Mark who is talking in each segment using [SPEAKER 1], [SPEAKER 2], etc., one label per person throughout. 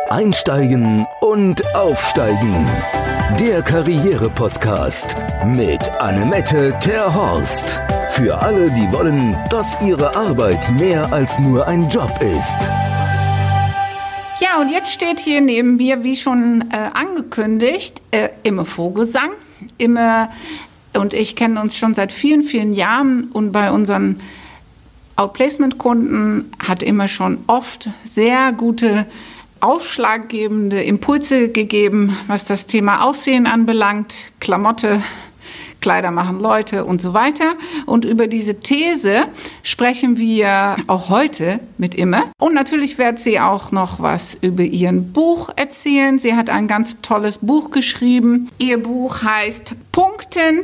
[SPEAKER 1] Einsteigen und Aufsteigen. Der Karriere-Podcast mit Annemette Terhorst. Für alle, die wollen, dass ihre Arbeit mehr als nur ein Job ist.
[SPEAKER 2] Ja, und jetzt steht hier neben mir, wie schon angekündigt, Imme Vogelsang. Imme und ich kennen uns schon seit vielen, vielen Jahren und bei unseren Outplacement-Kunden hat Imme schon oft sehr gute, ausschlaggebende Impulse gegeben, was das Thema Aussehen anbelangt, Klamotte, Kleider machen Leute und so weiter. Und über diese These sprechen wir auch heute mit Imme. Und natürlich wird sie auch noch was über ihr Buch erzählen. Sie hat ein ganz tolles Buch geschrieben. Ihr Buch heißt Punkten,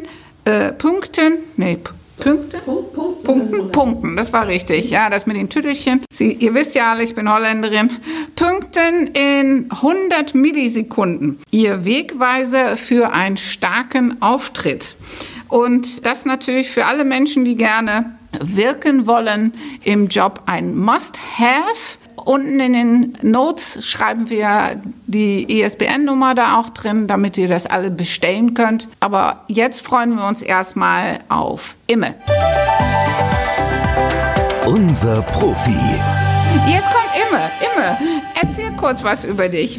[SPEAKER 2] das war richtig, ja, das mit den Tüttelchen. Ihr wisst ja alle, ich bin Holländerin. Punkten in 100 Millisekunden. Ihr Wegweiser für einen starken Auftritt. Und das natürlich für alle Menschen, die gerne wirken wollen im Job, ein Must-Have. Unten in den Notes schreiben wir die ISBN-Nummer da auch drin, damit ihr das alle bestellen könnt. Aber jetzt freuen wir uns erstmal auf Imme.
[SPEAKER 1] Unser Profi.
[SPEAKER 2] Jetzt kommt Imme. Imme, erzähl kurz was über dich.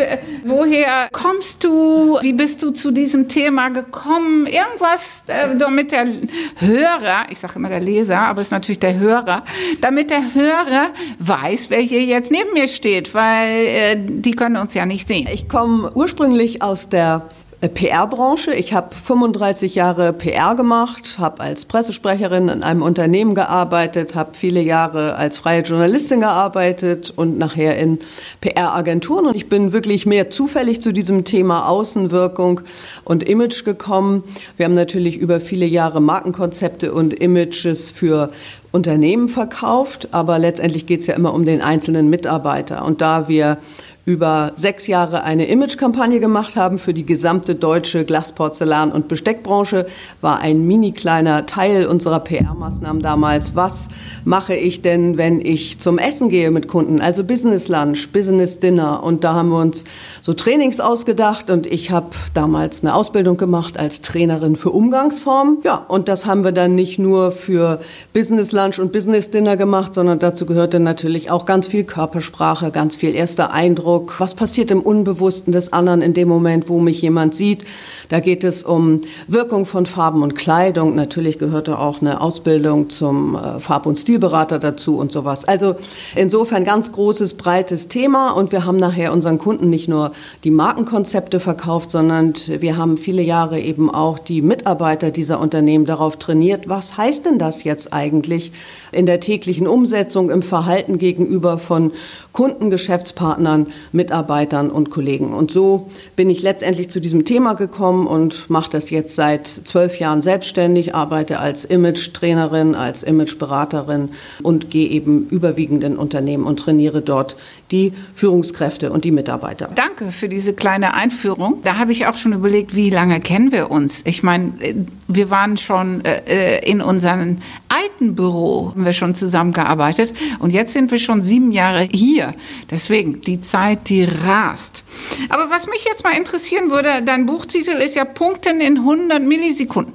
[SPEAKER 2] Woher kommst du? Wie bist du zu diesem Thema gekommen? Irgendwas, damit der Hörer, ich sage immer der Leser, aber es ist natürlich der Hörer, damit der Hörer weiß, wer hier jetzt neben mir steht, weil die können uns ja nicht sehen.
[SPEAKER 3] Ich komme ursprünglich aus der PR-Branche. Ich habe 35 Jahre PR gemacht, habe als Pressesprecherin in einem Unternehmen gearbeitet, habe viele Jahre als freie Journalistin gearbeitet und nachher in PR-Agenturen. Und ich bin wirklich mehr zufällig zu diesem Thema Außenwirkung und Image gekommen. Wir haben natürlich über viele Jahre Markenkonzepte und Images für Unternehmen verkauft, aber letztendlich geht es ja immer um den einzelnen Mitarbeiter. Und da wir über 6 Jahre eine Imagekampagne gemacht haben für die gesamte deutsche Glas-, Porzellan- und Besteckbranche, war ein mini kleiner Teil unserer PR-Maßnahmen damals. Was mache ich denn, wenn ich zum Essen gehe mit Kunden? Also Business Lunch, Business Dinner. Und da haben wir uns so Trainings ausgedacht und ich habe damals eine Ausbildung gemacht als Trainerin für Umgangsformen. Ja, und das haben wir dann nicht nur für Business Lunch und Business Dinner gemacht, sondern dazu gehörte natürlich auch ganz viel Körpersprache, ganz viel erster Eindruck. Was passiert im Unbewussten des anderen in dem Moment, wo mich jemand sieht? Da geht es um Wirkung von Farben und Kleidung. Natürlich gehörte auch eine Ausbildung zum Farb- und Stilberater dazu und sowas. Also insofern ganz großes, breites Thema. Und wir haben nachher unseren Kunden nicht nur die Markenkonzepte verkauft, sondern wir haben viele Jahre eben auch die Mitarbeiter dieser Unternehmen darauf trainiert. Was heißt denn das jetzt eigentlich in der täglichen Umsetzung, im Verhalten gegenüber von Kunden, Geschäftspartnern, Mitarbeitern und Kollegen. Und so bin ich letztendlich zu diesem Thema gekommen und mache das jetzt seit 12 Jahren selbstständig, arbeite als Image-Trainerin, als Image-Beraterin und gehe eben überwiegend in Unternehmen und trainiere dort die Führungskräfte und die Mitarbeiter.
[SPEAKER 2] Danke für diese kleine Einführung. Da habe ich auch schon überlegt, wie lange kennen wir uns? Ich meine, wir waren schon in unserem alten Büro, haben wir schon zusammengearbeitet und jetzt sind wir schon 7 Jahre hier. Deswegen, die Zeit, die rast. Aber was mich jetzt mal interessieren würde, dein Buchtitel ist ja Punkten in 100 Millisekunden.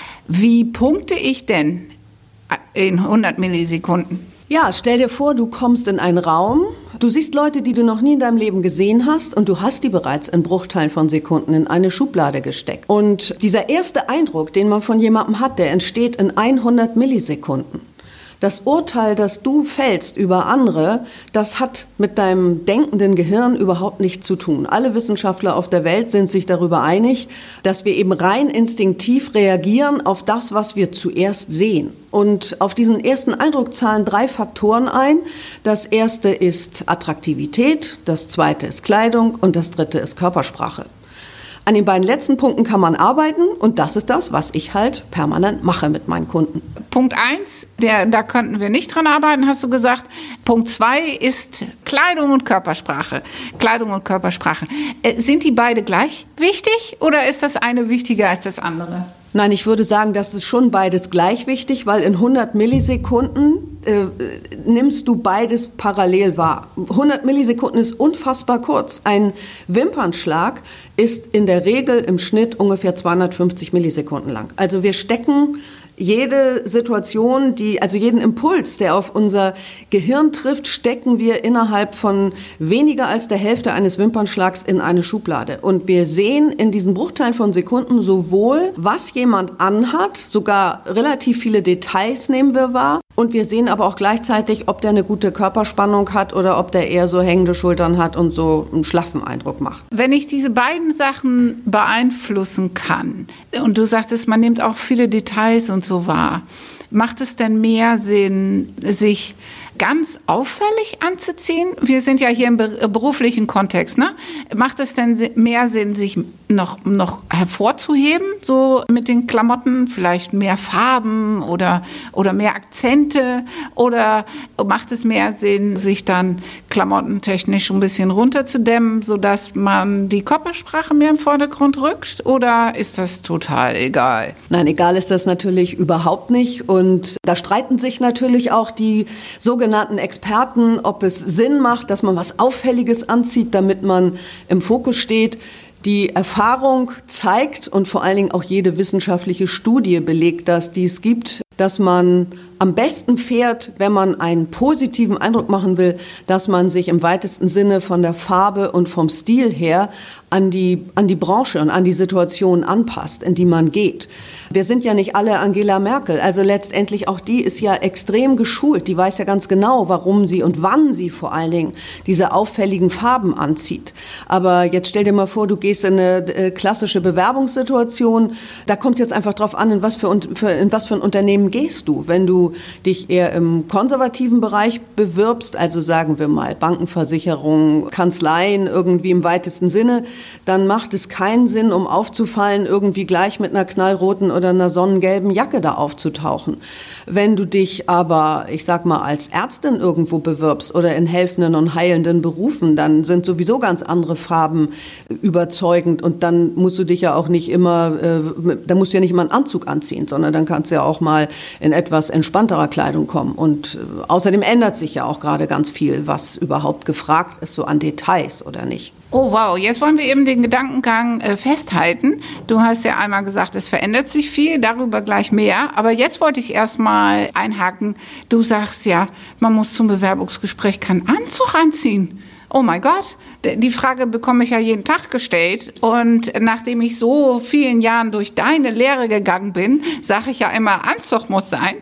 [SPEAKER 2] Wie punkte ich denn in 100 Millisekunden?
[SPEAKER 3] Ja, stell dir vor, du kommst in einen Raum, du siehst Leute, die du noch nie in deinem Leben gesehen hast und du hast die bereits in Bruchteilen von Sekunden in eine Schublade gesteckt. Und dieser erste Eindruck, den man von jemandem hat, der entsteht in 100 Millisekunden. Das Urteil, das du fällst über andere, das hat mit deinem denkenden Gehirn überhaupt nichts zu tun. Alle Wissenschaftler auf der Welt sind sich darüber einig, dass wir eben rein instinktiv reagieren auf das, was wir zuerst sehen. Und auf diesen ersten Eindruck zahlen 3 Faktoren ein. Das erste ist Attraktivität, das zweite ist Kleidung und das dritte ist Körpersprache. An den beiden letzten Punkten kann man arbeiten und das ist das, was ich halt permanent mache mit meinen Kunden.
[SPEAKER 2] Punkt 1, da könnten wir nicht dran arbeiten, hast du gesagt. Punkt 2 ist Kleidung und Körpersprache. Kleidung und Körpersprache. Sind die beide gleich wichtig oder ist das eine wichtiger als das andere?
[SPEAKER 3] Nein, ich würde sagen, das ist schon beides gleich wichtig, weil in 100 Millisekunden nimmst du beides parallel wahr. 100 Millisekunden ist unfassbar kurz. Ein Wimpernschlag ist in der Regel im Schnitt ungefähr 250 Millisekunden lang. Also wir stecken jede Situation, also jeden Impuls, der auf unser Gehirn trifft, stecken wir innerhalb von weniger als der Hälfte eines Wimpernschlags in eine Schublade. Und wir sehen in diesen Bruchteilen von Sekunden sowohl, was jemand anhat, sogar relativ viele Details nehmen wir wahr. Und wir sehen aber auch gleichzeitig, ob der eine gute Körperspannung hat oder ob der eher so hängende Schultern hat und so einen schlaffen Eindruck macht.
[SPEAKER 2] Wenn ich diese beiden Sachen beeinflussen kann, und du sagtest, man nimmt auch viele Details und so wahr, macht es denn mehr Sinn, sich ganz auffällig anzuziehen? Wir sind ja hier im beruflichen Kontext, ne? Macht es denn mehr Sinn, sich noch hervorzuheben, so mit den Klamotten, vielleicht mehr Farben oder mehr Akzente? Oder macht es mehr Sinn, sich dann klamottentechnisch ein bisschen runterzudämmen, sodass man die Körpersprache mehr im Vordergrund rückt? Oder ist das total egal?
[SPEAKER 3] Nein, egal ist das natürlich überhaupt nicht. Und da streiten sich natürlich auch die sogenannten Experten, ob es Sinn macht, dass man was Auffälliges anzieht, damit man im Fokus steht. Die Erfahrung zeigt und vor allen Dingen auch jede wissenschaftliche Studie belegt, dass dies gibt, dass man am besten fährt, wenn man einen positiven Eindruck machen will, dass man sich im weitesten Sinne von der Farbe und vom Stil her an die Branche und an die Situation anpasst, in die man geht. Wir sind ja nicht alle Angela Merkel, also letztendlich auch die ist ja extrem geschult, die weiß ja ganz genau, warum sie und wann sie vor allen Dingen diese auffälligen Farben anzieht. Aber jetzt stell dir mal vor, du gehst in eine klassische Bewerbungssituation, da kommt es jetzt einfach drauf an, in was für ein Unternehmen gehst du. Wenn du dich eher im konservativen Bereich bewirbst, also sagen wir mal Banken, Versicherungen, Kanzleien irgendwie im weitesten Sinne, dann macht es keinen Sinn, um aufzufallen, irgendwie gleich mit einer knallroten oder einer sonnengelben Jacke da aufzutauchen. Wenn du dich aber, ich sag mal, als Ärztin irgendwo bewirbst oder in helfenden und heilenden Berufen, dann sind sowieso ganz andere Farben überzeugend und dann musst du dich ja auch nicht immer, da musst du ja nicht immer einen Anzug anziehen, sondern dann kannst du ja auch mal in etwas entspannterer Kleidung kommen. Und außerdem ändert sich ja auch gerade ganz viel, was überhaupt gefragt ist, so an Details oder nicht.
[SPEAKER 2] Oh wow, jetzt wollen wir eben den Gedankengang festhalten. Du hast ja einmal gesagt, es verändert sich viel, darüber gleich mehr. Aber jetzt wollte ich erst mal einhaken. Du sagst ja, man muss zum Bewerbungsgespräch keinen Anzug anziehen. Oh mein Gott, die Frage bekomme ich ja jeden Tag gestellt. Und nachdem ich so vielen Jahren durch deine Lehre gegangen bin, sage ich ja immer, Anzug muss sein.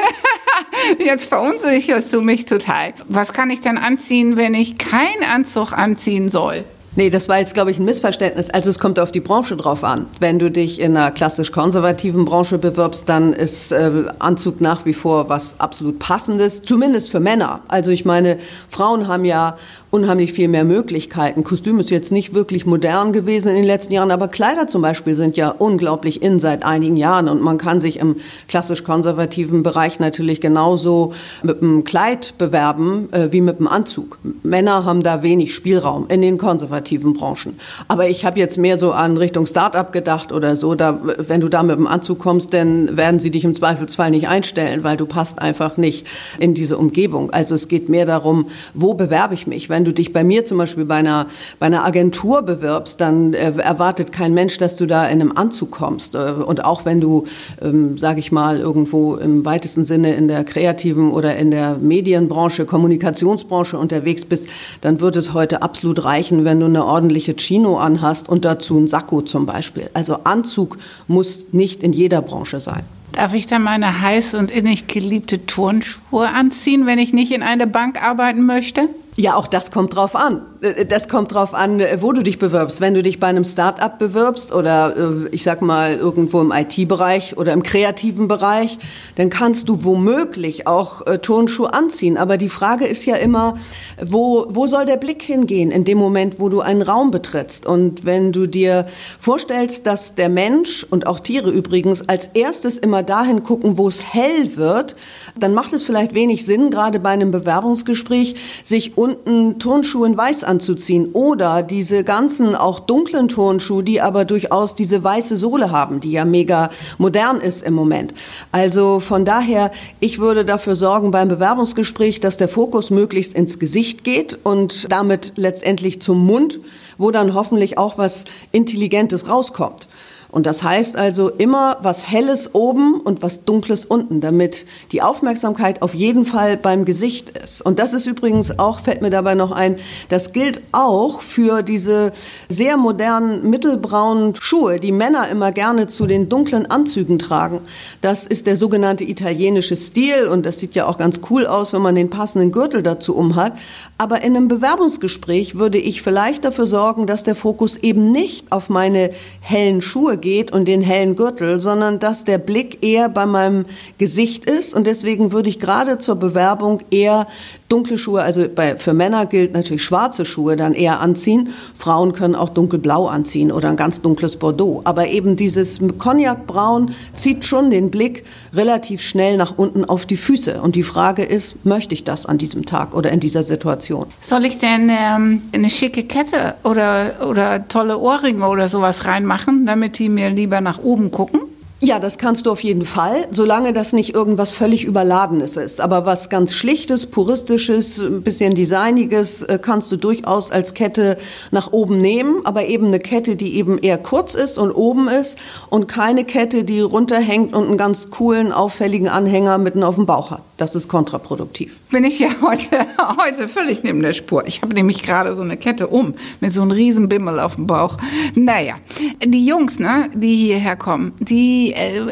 [SPEAKER 2] Jetzt verunsicherst du mich total. Was kann ich denn anziehen, wenn ich keinen Anzug anziehen soll?
[SPEAKER 3] Nee, das war jetzt, glaube ich, ein Missverständnis. Also es kommt auf die Branche drauf an. Wenn du dich in einer klassisch konservativen Branche bewirbst, dann ist Anzug nach wie vor was absolut Passendes, zumindest für Männer. Also ich meine, Frauen haben ja unheimlich viel mehr Möglichkeiten. Kostüm ist jetzt nicht wirklich modern gewesen in den letzten Jahren, aber Kleider zum Beispiel sind ja unglaublich in seit einigen Jahren und man kann sich im klassisch konservativen Bereich natürlich genauso mit einem Kleid bewerben wie mit einem Anzug. Männer haben da wenig Spielraum in den konservativen Branchen. Aber ich habe jetzt mehr so an Richtung Start-up gedacht oder so. Wenn du da mit dem Anzug kommst, dann werden sie dich im Zweifelsfall nicht einstellen, weil du passt einfach nicht in diese Umgebung. Also es geht mehr darum, wo bewerbe ich mich? Wenn du dich bei mir zum Beispiel bei einer Agentur bewirbst, dann erwartet kein Mensch, dass du da in einem Anzug kommst. Und auch wenn du, sage ich mal, irgendwo im weitesten Sinne in der kreativen oder in der Medienbranche, Kommunikationsbranche unterwegs bist, dann wird es heute absolut reichen, wenn du eine ordentliche Chino anhast und dazu ein Sakko zum Beispiel. Also Anzug muss nicht in jeder Branche sein.
[SPEAKER 2] Darf ich dann meine heiß und innig geliebte Turnschuhe anziehen, wenn ich nicht in einer Bank arbeiten möchte?
[SPEAKER 3] Ja, auch das kommt drauf an. Das kommt drauf an, wo du dich bewirbst. Wenn du dich bei einem Start-up bewirbst oder ich sag mal irgendwo im IT-Bereich oder im kreativen Bereich, dann kannst du womöglich auch Turnschuhe anziehen. Aber die Frage ist ja immer, wo soll der Blick hingehen in dem Moment, wo du einen Raum betrittst? Und wenn du dir vorstellst, dass der Mensch und auch Tiere übrigens als erstes immer dahin gucken, wo es hell wird, dann macht es vielleicht wenig Sinn, gerade bei einem Bewerbungsgespräch, sich bunten Turnschuhe in weiß anzuziehen oder diese ganzen auch dunklen Turnschuhe, die aber durchaus diese weiße Sohle haben, die ja mega modern ist im Moment. Also von daher, ich würde dafür sorgen beim Bewerbungsgespräch, dass der Fokus möglichst ins Gesicht geht und damit letztendlich zum Mund, wo dann hoffentlich auch was Intelligentes rauskommt. Und das heißt also immer was Helles oben und was Dunkles unten, damit die Aufmerksamkeit auf jeden Fall beim Gesicht ist. Und das ist übrigens auch, fällt mir dabei noch ein, das gilt auch für diese sehr modernen mittelbraunen Schuhe, die Männer immer gerne zu den dunklen Anzügen tragen. Das ist der sogenannte italienische Stil und das sieht ja auch ganz cool aus, wenn man den passenden Gürtel dazu umhat. Aber in einem Bewerbungsgespräch würde ich vielleicht dafür sorgen, dass der Fokus eben nicht auf meine hellen Schuhe geht und den hellen Gürtel, sondern dass der Blick eher bei meinem Gesicht ist. Und deswegen würde ich gerade zur Bewerbung eher dunkle Schuhe, also für Männer gilt natürlich schwarze Schuhe dann eher anziehen. Frauen können auch dunkelblau anziehen oder ein ganz dunkles Bordeaux. Aber eben dieses Cognacbraun zieht schon den Blick relativ schnell nach unten auf die Füße. Und die Frage ist, möchte ich das an diesem Tag oder in dieser Situation?
[SPEAKER 2] Soll ich denn eine schicke Kette oder tolle Ohrringe oder sowas reinmachen, damit die mir lieber nach oben gucken?
[SPEAKER 3] Ja, das kannst du auf jeden Fall, solange das nicht irgendwas völlig Überladenes ist. Aber was ganz Schlichtes, Puristisches, ein bisschen Designiges kannst du durchaus als Kette nach oben nehmen. Aber eben eine Kette, die eben eher kurz ist und oben ist und keine Kette, die runterhängt und einen ganz coolen, auffälligen Anhänger mitten auf dem Bauch hat. Das ist kontraproduktiv.
[SPEAKER 2] Bin ich ja heute völlig neben der Spur. Ich habe nämlich gerade so eine Kette mit so einem riesen Bimmel auf dem Bauch. Naja, die Jungs, ne, die hierher kommen, die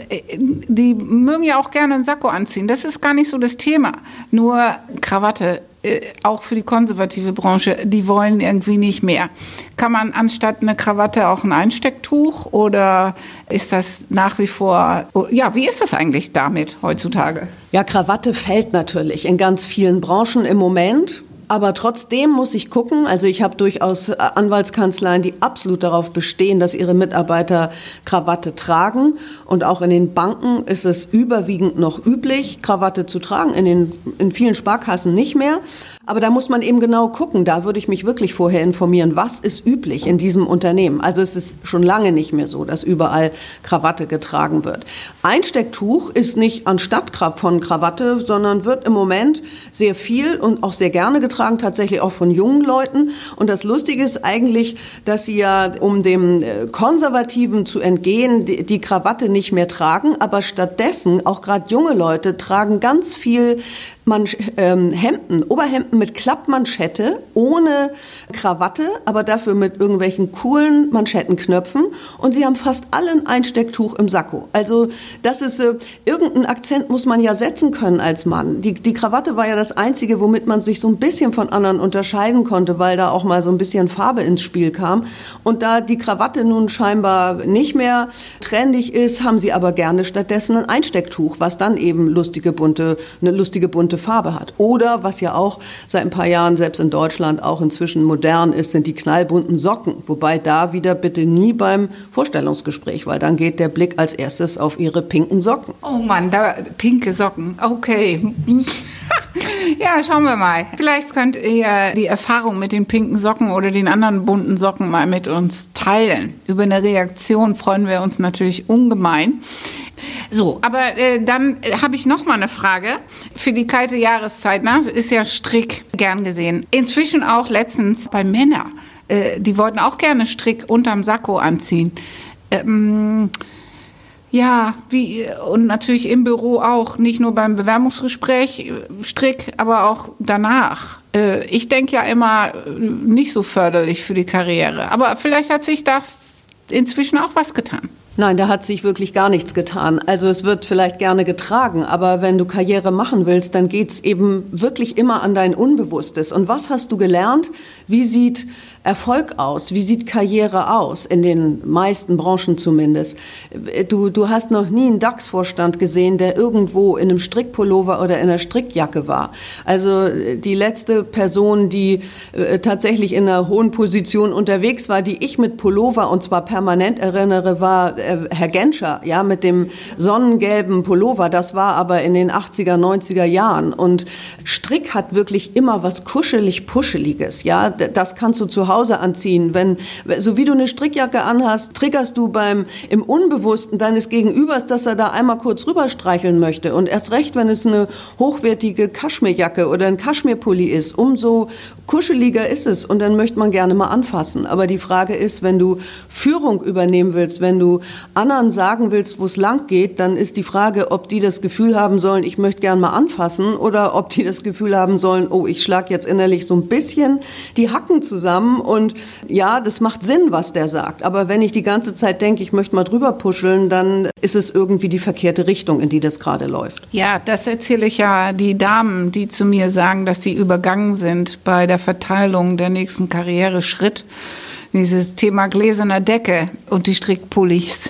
[SPEAKER 2] mögen ja auch gerne einen Sakko anziehen. Das ist gar nicht so das Thema. Nur Krawatte, auch für die konservative Branche, die wollen irgendwie nicht mehr. Kann man anstatt eine Krawatte auch ein Einstecktuch oder ist das nach wie vor, ja, wie ist das eigentlich damit heutzutage?
[SPEAKER 3] Ja, Krawatte fällt natürlich in ganz vielen Branchen im Moment. Aber trotzdem muss ich gucken, also ich habe durchaus Anwaltskanzleien, die absolut darauf bestehen, dass ihre Mitarbeiter Krawatte tragen. Und auch in den Banken ist es überwiegend noch üblich, Krawatte zu tragen, in vielen Sparkassen nicht mehr. Aber da muss man eben genau gucken, da würde ich mich wirklich vorher informieren, was ist üblich in diesem Unternehmen. Also es ist schon lange nicht mehr so, dass überall Krawatte getragen wird. Einstecktuch ist nicht anstatt von Krawatte, sondern wird im Moment sehr viel und auch sehr gerne getragen, tatsächlich auch von jungen Leuten. Und das Lustige ist eigentlich, dass sie ja, um dem Konservativen zu entgehen, die Krawatte nicht mehr tragen, aber stattdessen, auch gerade junge Leute, tragen ganz viel Hemden, Oberhemden mit Klappmanschette, ohne Krawatte, aber dafür mit irgendwelchen coolen Manschettenknöpfen. Und sie haben fast alle ein Einstecktuch im Sakko. Also das ist, irgendeinen Akzent muss man ja setzen können als Mann. Die Krawatte war ja das Einzige, womit man sich so ein bisschen von anderen unterscheiden konnte, weil da auch mal so ein bisschen Farbe ins Spiel kam. Und da die Krawatte nun scheinbar nicht mehr trendig ist, haben sie aber gerne stattdessen ein Einstecktuch, was dann eben eine lustige bunte Farbe hat. Oder, was ja auch seit ein paar Jahren selbst in Deutschland auch inzwischen modern ist, sind die knallbunten Socken. Wobei da wieder bitte nie beim Vorstellungsgespräch, weil dann geht der Blick als erstes auf ihre pinken Socken.
[SPEAKER 2] Oh Mann, pinke Socken, okay. Ja, schauen wir mal. Vielleicht könnt ihr die Erfahrung mit den pinken Socken oder den anderen bunten Socken mal mit uns teilen. Über eine Reaktion freuen wir uns natürlich ungemein. So, aber dann habe ich noch mal eine Frage für die kalte Jahreszeit. Ne? Ist ja Strick gern gesehen. Inzwischen auch letztens bei Männern. Die wollten auch gerne Strick unterm Sakko anziehen. Ja, und natürlich im Büro auch, nicht nur beim Bewerbungsgespräch Strick, aber auch danach. Ich denke ja immer, nicht so förderlich für die Karriere. Aber vielleicht hat sich da inzwischen auch was getan.
[SPEAKER 3] Nein, da hat sich wirklich gar nichts getan. Also es wird vielleicht gerne getragen, aber wenn du Karriere machen willst, dann geht's eben wirklich immer an dein Unbewusstes. Und was hast du gelernt? Wie sieht Erfolg aus? Wie sieht Karriere aus? In den meisten Branchen zumindest. Du hast noch nie einen DAX-Vorstand gesehen, der irgendwo in einem Strickpullover oder in einer Strickjacke war. Also die letzte Person, die tatsächlich in einer hohen Position unterwegs war, die ich mit Pullover und zwar permanent erinnere, war Herr Genscher, ja, mit dem sonnengelben Pullover, das war aber in den 80er, 90er Jahren. Und Strick hat wirklich immer was kuschelig-puscheliges, ja. Das kannst du zu Hause anziehen. So wie du eine Strickjacke anhast, triggerst du im Unbewussten deines Gegenübers, dass er da einmal kurz rüber streicheln möchte. Und erst recht, wenn es eine hochwertige Kaschmirjacke oder ein Kaschmirpulli ist, umso kuscheliger ist es. Und dann möchte man gerne mal anfassen. Aber die Frage ist, wenn du Führung übernehmen willst, wenn du anderen sagen willst, wo es lang geht, dann ist die Frage, ob die das Gefühl haben sollen, ich möchte gern mal anfassen, oder ob die das Gefühl haben sollen, oh, ich schlage jetzt innerlich so ein bisschen die Hacken zusammen. Und ja, das macht Sinn, was der sagt. Aber wenn ich die ganze Zeit denke, ich möchte mal drüber puscheln, dann ist es irgendwie die verkehrte Richtung, in die das gerade läuft.
[SPEAKER 2] Ja, das erzähle ich ja die Damen, die zu mir sagen, dass sie übergangen sind bei der Verteilung der nächsten Karriereschritt. Dieses Thema gläserner Decke und die Strickpullis.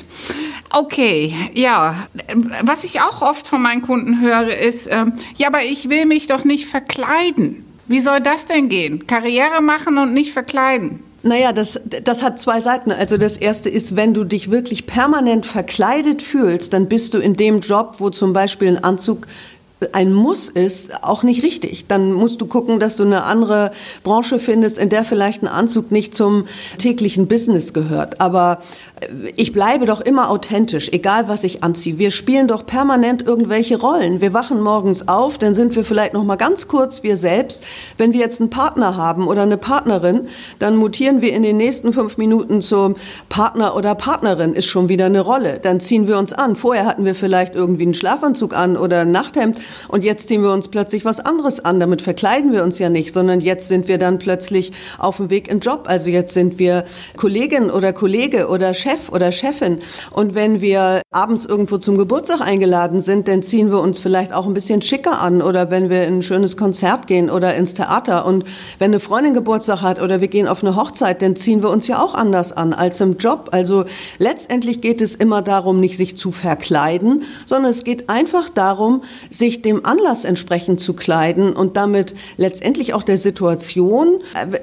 [SPEAKER 2] Okay, ja. Was ich auch oft von meinen Kunden höre, ist, ja, aber ich will mich doch nicht verkleiden. Wie soll das denn gehen? Karriere machen und nicht verkleiden?
[SPEAKER 3] Naja, das hat zwei Seiten. Also das erste ist, wenn du dich wirklich permanent verkleidet fühlst, dann bist du in dem Job, wo zum Beispiel ein Anzug ein Muss ist, auch nicht richtig. Dann musst du gucken, dass du eine andere Branche findest, in der vielleicht ein Anzug nicht zum täglichen Business gehört. Aber ich bleibe doch immer authentisch, egal was ich anziehe. Wir spielen doch permanent irgendwelche Rollen. Wir wachen morgens auf, dann sind wir vielleicht noch mal ganz kurz wir selbst. Wenn wir jetzt einen Partner haben oder eine Partnerin, dann mutieren wir in den nächsten 5 Minuten zum Partner oder Partnerin, ist schon wieder eine Rolle. Dann ziehen wir uns an. Vorher hatten wir vielleicht irgendwie einen Schlafanzug an oder ein Nachthemd und jetzt ziehen wir uns plötzlich was anderes an. Damit verkleiden wir uns ja nicht, sondern jetzt sind wir dann plötzlich auf dem Weg in den Job. Also jetzt sind wir Kollegin oder Kollege oder Chef oder Chefin. Und wenn wir abends irgendwo zum Geburtstag eingeladen sind, dann ziehen wir uns vielleicht auch ein bisschen schicker an. Oder wenn wir in ein schönes Konzert gehen oder ins Theater. Und wenn eine Freundin Geburtstag hat oder wir gehen auf eine Hochzeit, dann ziehen wir uns ja auch anders an als im Job. Also letztendlich geht es immer darum, nicht sich zu verkleiden, sondern es geht einfach darum, sich dem Anlass entsprechend zu kleiden und damit letztendlich auch die Situation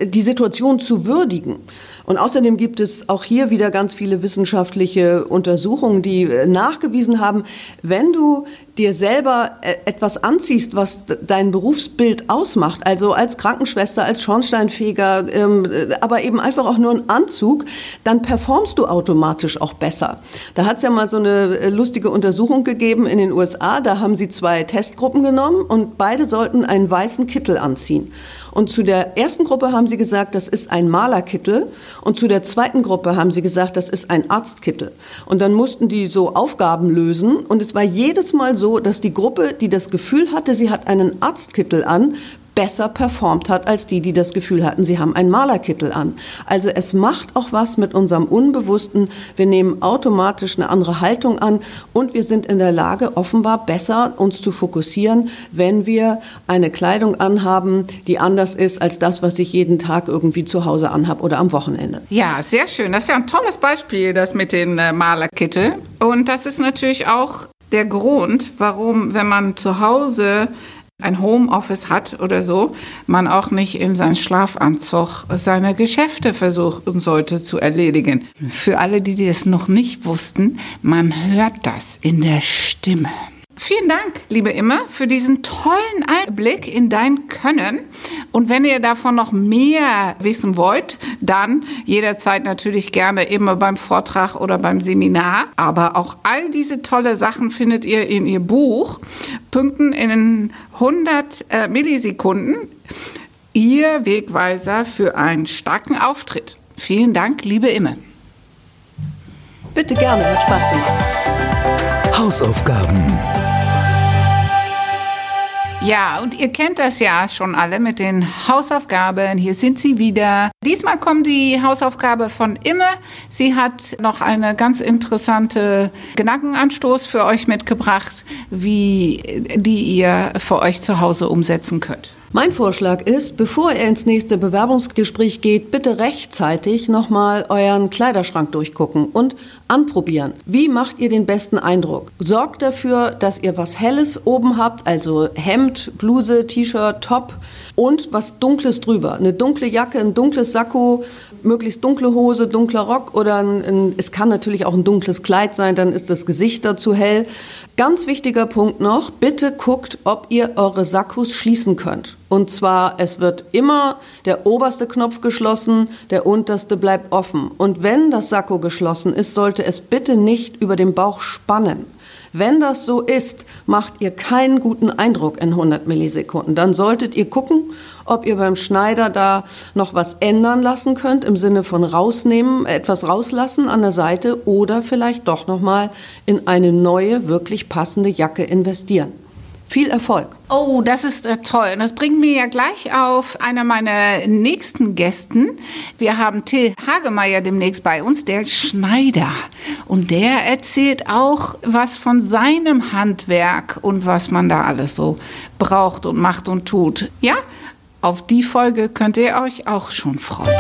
[SPEAKER 3] zu würdigen. Und außerdem gibt es auch hier wieder ganz viele wissenschaftliche Untersuchungen, die nachgewiesen haben, wenn du dir selber etwas anziehst, was dein Berufsbild ausmacht, also als Krankenschwester, als Schornsteinfeger, aber eben einfach auch nur ein Anzug, dann performst du automatisch auch besser. Da hat es ja mal so eine lustige Untersuchung gegeben in den USA, da haben sie 2 Testgruppen genommen und beide sollten einen weißen Kittel anziehen. Und zu der ersten Gruppe haben sie gesagt, das ist ein Malerkittel. Und zu der zweiten Gruppe haben sie gesagt, das ist ein Arztkittel. Und dann mussten die so Aufgaben lösen. Und es war jedes Mal so, dass die Gruppe, die das Gefühl hatte, sie hat einen Arztkittel an, besser performt hat als die das Gefühl hatten, sie haben einen Malerkittel an. Also es macht auch was mit unserem Unbewussten. Wir nehmen automatisch eine andere Haltung an und wir sind in der Lage, offenbar besser uns zu fokussieren, wenn wir eine Kleidung anhaben, die anders ist als das, was ich jeden Tag irgendwie zu Hause anhabe oder am Wochenende.
[SPEAKER 2] Ja, sehr schön. Das ist ja ein tolles Beispiel, das mit den Malerkittel. Und das ist natürlich auch der Grund, warum, wenn man zu Hause ein Homeoffice hat oder so, man auch nicht in seinen Schlafanzug seine Geschäfte versuchen sollte zu erledigen. Für alle, die das noch nicht wussten, man hört das in der Stimme. Vielen Dank, liebe Imme, für diesen tollen Einblick in dein Können. Und wenn ihr davon noch mehr wissen wollt, dann jederzeit natürlich gerne immer beim Vortrag oder beim Seminar. Aber auch all diese tolle Sachen findet ihr in ihr Buch Punkten in 100 Millisekunden. Ihr Wegweiser für einen starken Auftritt. Vielen Dank, liebe Imme.
[SPEAKER 3] Bitte gerne, hat Spaß gemacht.
[SPEAKER 1] Hausaufgaben.
[SPEAKER 2] Ja, und ihr kennt das ja schon alle mit den Hausaufgaben. Hier sind sie wieder. Diesmal kommt die Hausaufgabe von Imme. Sie hat noch eine ganz interessante Gedankenanstoß für euch mitgebracht, die ihr für euch zu Hause umsetzen könnt.
[SPEAKER 3] Mein Vorschlag ist, bevor ihr ins nächste Bewerbungsgespräch geht, bitte rechtzeitig nochmal euren Kleiderschrank durchgucken und anprobieren. Wie macht ihr den besten Eindruck? Sorgt dafür, dass ihr was Helles oben habt, also Hemd, Bluse, T-Shirt, Top und was Dunkles drüber. Eine dunkle Jacke, ein dunkles Sakko, möglichst dunkle Hose, dunkler Rock oder es kann natürlich auch ein dunkles Kleid sein, dann ist das Gesicht dazu hell. Ganz wichtiger Punkt noch, bitte guckt, ob ihr eure Sakkos schließen könnt. Und zwar, es wird immer der oberste Knopf geschlossen, der unterste bleibt offen. Und wenn das Sakko geschlossen ist, sollte es bitte nicht über den Bauch spannen. Wenn das so ist, macht ihr keinen guten Eindruck in 100 Millisekunden. Dann solltet ihr gucken, ob ihr beim Schneider da noch was ändern lassen könnt, im Sinne von rausnehmen, etwas rauslassen an der Seite oder vielleicht doch nochmal in eine neue, wirklich passende Jacke investieren. Viel Erfolg!
[SPEAKER 2] Oh, das ist toll. Und das bringt mir ja gleich auf einer meiner nächsten Gästen. Wir haben Till Hagemeyer demnächst bei uns, der ist Schneider. Und der erzählt auch was von seinem Handwerk und was man da alles so braucht und macht und tut. Ja, auf die Folge könnt ihr euch auch schon freuen.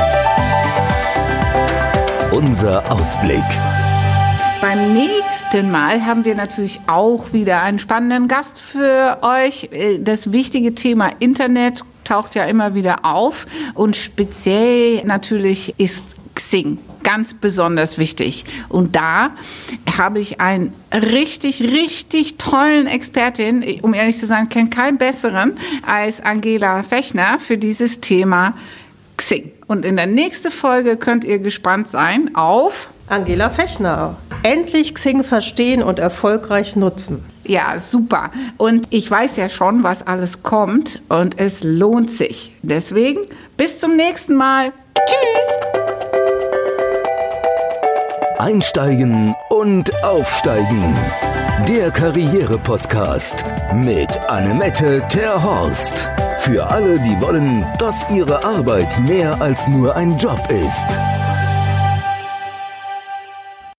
[SPEAKER 1] Unser Ausblick.
[SPEAKER 2] Beim nächsten Mal haben wir natürlich auch wieder einen spannenden Gast für euch. Das wichtige Thema Internet taucht ja immer wieder auf und speziell natürlich ist Xing ganz besonders wichtig. Und da habe ich einen richtig tollen Expertin, um ehrlich zu sein, kenne keinen besseren als Angela Fechner für dieses Thema Xing. Und in der nächsten Folge könnt ihr gespannt sein auf
[SPEAKER 4] Angela Fechner. Endlich Xing verstehen und erfolgreich nutzen.
[SPEAKER 2] Ja, super. Und ich weiß ja schon, was alles kommt und es lohnt sich. Deswegen bis zum nächsten Mal. Tschüss!
[SPEAKER 1] Einsteigen und aufsteigen. Der Karriere-Podcast mit Annemette Terhorst. Für alle, die wollen, dass ihre Arbeit mehr als nur ein Job ist.